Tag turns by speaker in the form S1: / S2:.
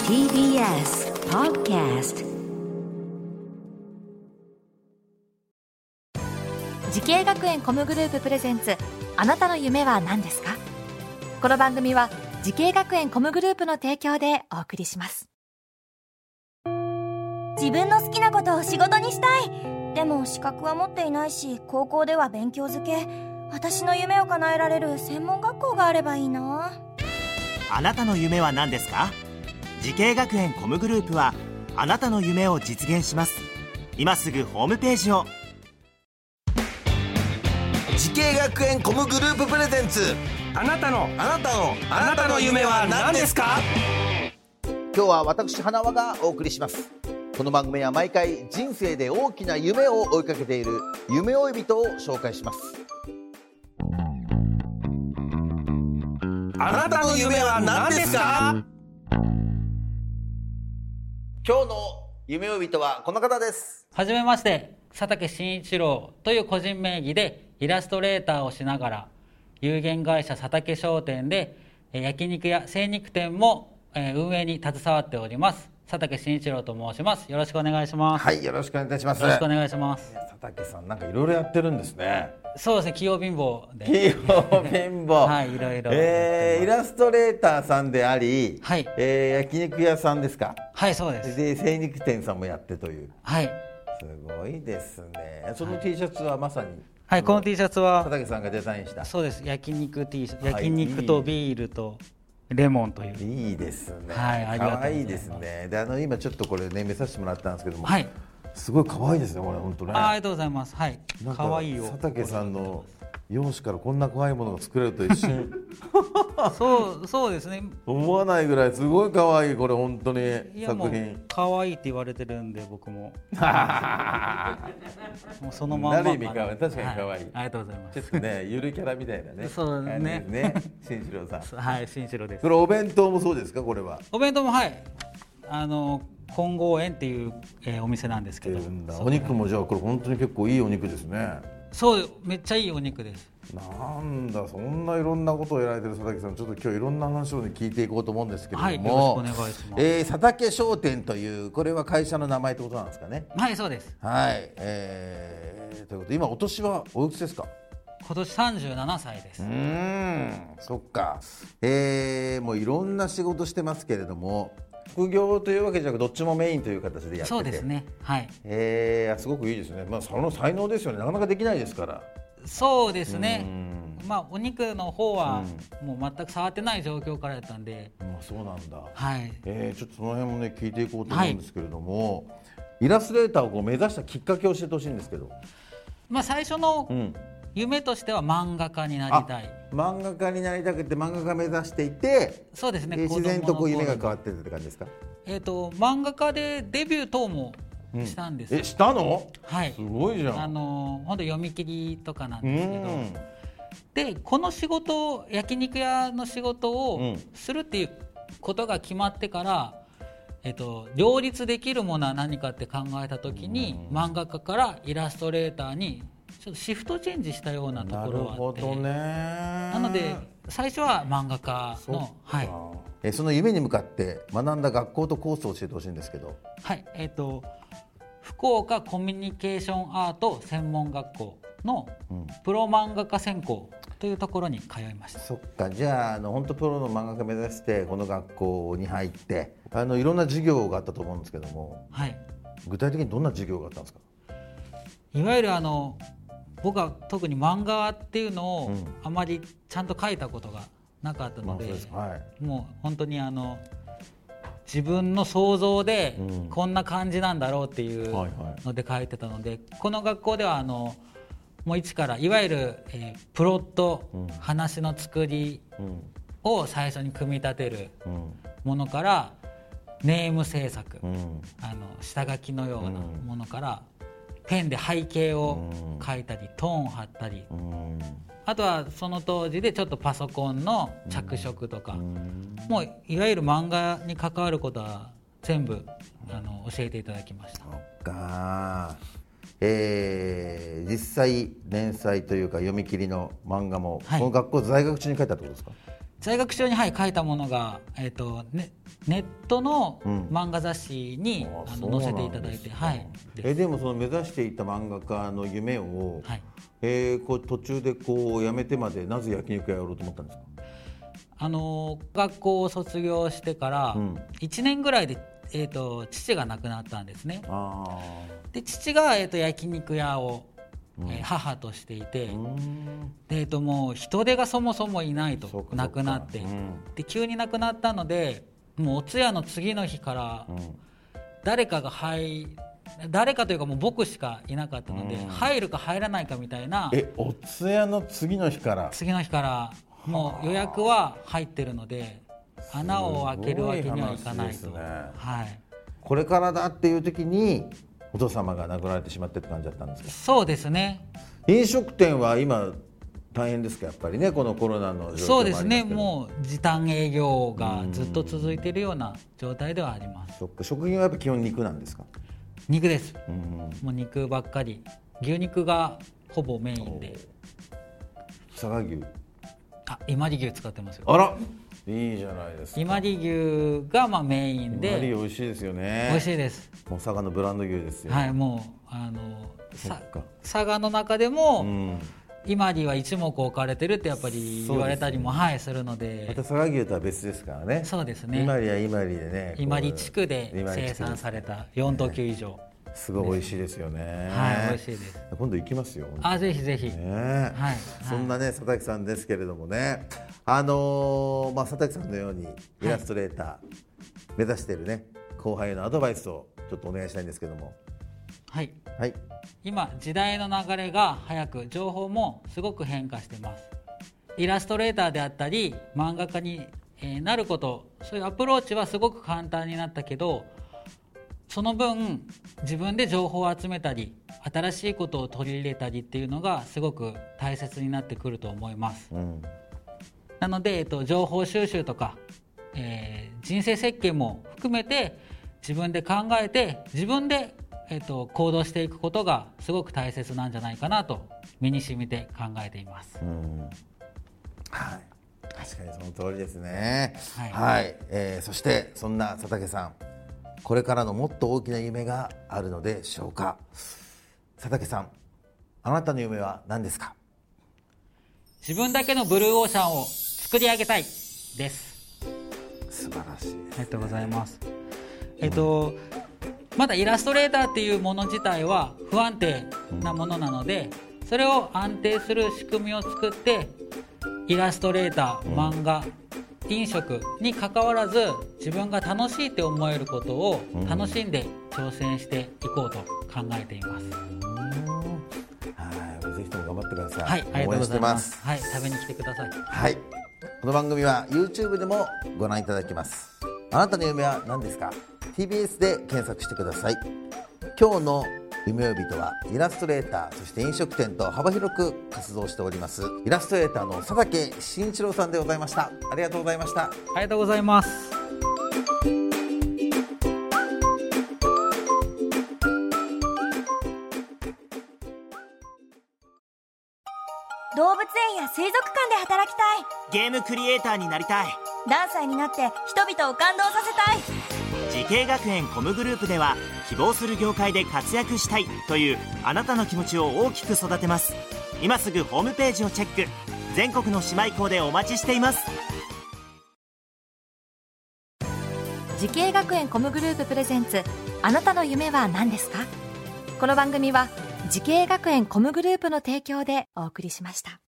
S1: TBS Podcast。
S2: 時系学園コムグループプレゼンツ、あなたの夢は何ですか？この番組は時系学園コムグループの提供でお送りします。
S3: 自分の好きなことを仕事にしたい。でも資格は持っていないし、高校では勉強づけ。私の夢を叶えられる専門学校があればいいな。
S4: あなたの夢は何ですか？時系学園コムグループはあなたの夢を実現します。今すぐホームページを。
S5: 時系学園コムグループプレゼンツ、
S6: あなたの夢は何ですか？
S5: 今日は私花輪がお送りします。この番組は毎回人生で大きな夢を追いかけている夢追い人を紹介します。
S6: あなたの夢は何ですか？
S5: 今日の夢追い人はこの方です。
S7: はじめまして、佐竹慎一郎という個人名義でイラストレーターをしながら、有限会社佐竹商店で焼肉や精肉店も運営に携わっております佐竹慎一郎と申します。よろしくお願いします。
S5: はい、よろしくお願いいたします。
S7: よろしくお願いします。
S5: 佐竹さん、なんかいろいろやってるんですね。
S7: そうですね、器用貧乏で。
S5: 器用貧乏
S7: はい、いろいろ。
S5: イラストレーターさんであり、
S7: はい、
S5: 焼肉屋さんですか？
S7: はい、そうです。
S5: で、精肉店さんもやってという。
S7: はい。
S5: すごいですね。その T シャツはまさに、
S7: はい、この T シャツは
S5: 佐竹さんがデザインした。
S7: そうです。焼肉 T シャツ、焼肉とビールとレモンという。
S5: いいですね。
S7: はい、ありがとうございます。
S5: 可愛いですね。で、今ちょっとこれね見させてもらったんですけども、
S7: はい。す
S5: ごい可愛いですね、これ本当ね。
S7: ありがとうございます。はい。可愛いよ。
S5: 佐竹さんの容姿からこんな可愛いものが作れると一瞬
S7: そうですね。
S5: 思わないぐらいすごい可愛い、これ本当に作品。
S7: 可愛いって言われてるんで僕も。もうそのまんま。
S5: なる意味可愛い、確かに可愛い。
S7: ありがとうございます。
S5: ちょっとね、ゆるキャラみたいなね。
S7: そうね。
S5: ね、慎一郎さん。
S7: はい、慎一郎です。
S5: これお弁当もそうですか？これは。
S7: お弁当もはい。金剛園っていう、お店なんですけど。
S5: お肉もじゃあこれ本当に結構いいお肉ですね。
S7: そう、めっちゃいいお肉です。
S5: なんだ、そんないろんなことをやられてる佐竹さん、ちょっと今日いろんな話を、ね、聞いていこうと思うんですけれども、
S7: はい、よろしくお願いします。
S5: 佐竹商店というこれは会社の名前ってことなんですかね？
S7: はい、そうです。
S5: はい、ということで今お年はおいくつですか？
S7: 今年37歳です。
S5: そっか。もういろんな仕事してますけれども、副業というわけじゃなくどっちもメインという形でやってて。
S7: そうですね。はい。
S5: すごくいいですね。まあその才能ですよね。なかなかできないですから。
S7: そうですね。まあお肉の方はもう全く触ってない状況からやったんで。
S5: そうなんだ。
S7: はい。
S5: ちょっとその辺もね聞いていこうと思うんですけれども、イラストレーターをこう目指したきっかけを教えてほしいんですけど。
S7: まあ最初の夢としては漫画家になりたい。
S5: 漫画家になりたくて漫画家目指していて、
S7: そうですね。
S5: 自然とこう夢が変わってるって感じですか？
S7: 漫画家でデビュー等もしたんです。
S5: したの？
S7: はい。
S5: すごいじゃん。
S7: 本当読み切りとかなんですけど、でこの仕事、焼肉屋の仕事をするっていうことが決まってから、両立できるものは何かって考えた時に、漫画家からイラストレーターにちょっとシフトチェンジしたようなところがあって。なるほどね。なので最初は漫画家の、はい。
S5: その夢に向かって学んだ学校とコースを教えてほしいんですけど。
S7: はい。福岡コミュニケーションアート専門学校のプロ漫画家専攻というところに通いました。
S5: そっか。じゃあ本当プロの漫画家目指してこの学校に入っていろんな授業があったと思うんですけども、
S7: はい、
S5: 具体的にどんな授業があったんですか？
S7: いわゆる僕は特に漫画っていうのをあまりちゃんと描いたことがなかったので、もう本当に自分の想像でこんな感じなんだろうっていうので描いてたので、この学校ではもう一からいわゆるプロット、話の作りを最初に組み立てるものから、ネーム制作、下書きのようなものからペンで背景を描いたりトーンを貼ったり、あとはその当時でちょっとパソコンの着色とか、もういわゆる漫画に関わることは全部教えていただきました。
S5: そっか。実際連載というか読み切りの漫画も、この学校在学中に書いたってことですか？
S7: 在学中に、書いたものが、ネットの漫画雑誌に、載せていただいて、
S5: でもその目指していた漫画家の夢を、こう途中でこうやめてまでなぜ焼肉屋やろうと思ったんですか？
S7: 学校を卒業してから1年ぐらいで、父が亡くなったんですね。で父が、焼肉屋を母としていて、でもう人手がそもそもいないと亡くなって、で急に亡くなったので、もうお通夜の次の日から誰かというかもう僕しかいなかったので、入るか入らないかみたいな。
S5: お通夜の次の日からもう予約は入ってるので穴を開けるわけにはいかないと、これからだっていう時にお父様が亡くなられてしまってって感じだったんですか？
S7: そうですね。
S5: 飲食店は今大変ですか？やっぱりね、このコロナの状況もありますけど。そうですね、
S7: もう時短営業がずっと続いているような状態ではあります。
S5: 食品はやっぱ基本肉なんですか？
S7: 肉です。もう肉ばっかり。牛肉がほぼメインで。
S5: 佐賀牛、
S7: 今里牛使ってますよ。
S5: あら、いいじゃないですか。
S7: 今里牛がメインで。
S5: 今里美味しいですよね。
S7: 美味しいです。
S5: もう佐賀のブランド牛ですよ。
S7: もう佐賀の中でも、今里は一目置かれてるってやっぱり言われたりもするので。また佐賀牛とは別ですからね。そうですね。今里は今里でね。今里地区で生産された4等級以上。
S5: すごい美味しいですよね。
S7: 美味しいです。
S5: 今度行きますよ。
S7: ぜひぜひ。
S5: そんなね佐竹さんですけれどもね、佐竹さんのようにイラストレーター目指しているね後輩へのアドバイスをちょっとお願いしたいんですけども。
S7: 今時代の流れが早く、情報もすごく変化してます。イラストレーターであったり漫画家になること、そういうアプローチはすごく簡単になったけど、その分自分で情報を集めたり新しいことを取り入れたりっていうのがすごく大切になってくると思います。なので、情報収集とか、人生設計も含めて自分で考えて自分で、行動していくことがすごく大切なんじゃないかなと身に染みて考えています。
S5: 確かにその通りですね。そしてそんな佐竹さん、これからのもっと大きな夢があるのでしょうか？佐竹さん、あなたの夢は何ですか？
S7: 自分だけのブルーオーシャンを作り上げたいです。
S5: 素晴らしいですね。
S7: ありがとうございます。まだイラストレーターっていうもの自体は不安定なものなので、それを安定する仕組みを作って、イラストレーター、漫画、飲食に関わらず自分が楽しいって思えることを楽しんで挑戦していこうと考えています。
S5: ぜひとも頑張ってください。
S7: ありがとうございます。食べに来てください。
S5: この番組は YouTube でもご覧いただけます。あなたの夢は何ですか？ TBS で検索してください。今日の夢追い人はイラストレーター、そして飲食店と幅広く活動しておりますイラストレーターの佐竹慎一郎さんでございました。ありがとうございました。
S7: ありがとうございます。
S3: 動物園や水族館で働きたい。
S4: ゲームクリエイターになりたい。
S3: 何歳になって人々を感動させたい。
S4: 時系学園コムグループでは希望する業界で活躍したいというあなたの気持ちを大きく育てます。今すぐホームページをチェック。全国の姉妹校でお待ちしています。
S2: 時系学園コムグループプレゼンツ、あなたの夢は何ですか？この番組は時系学園コムグループの提供でお送りしました。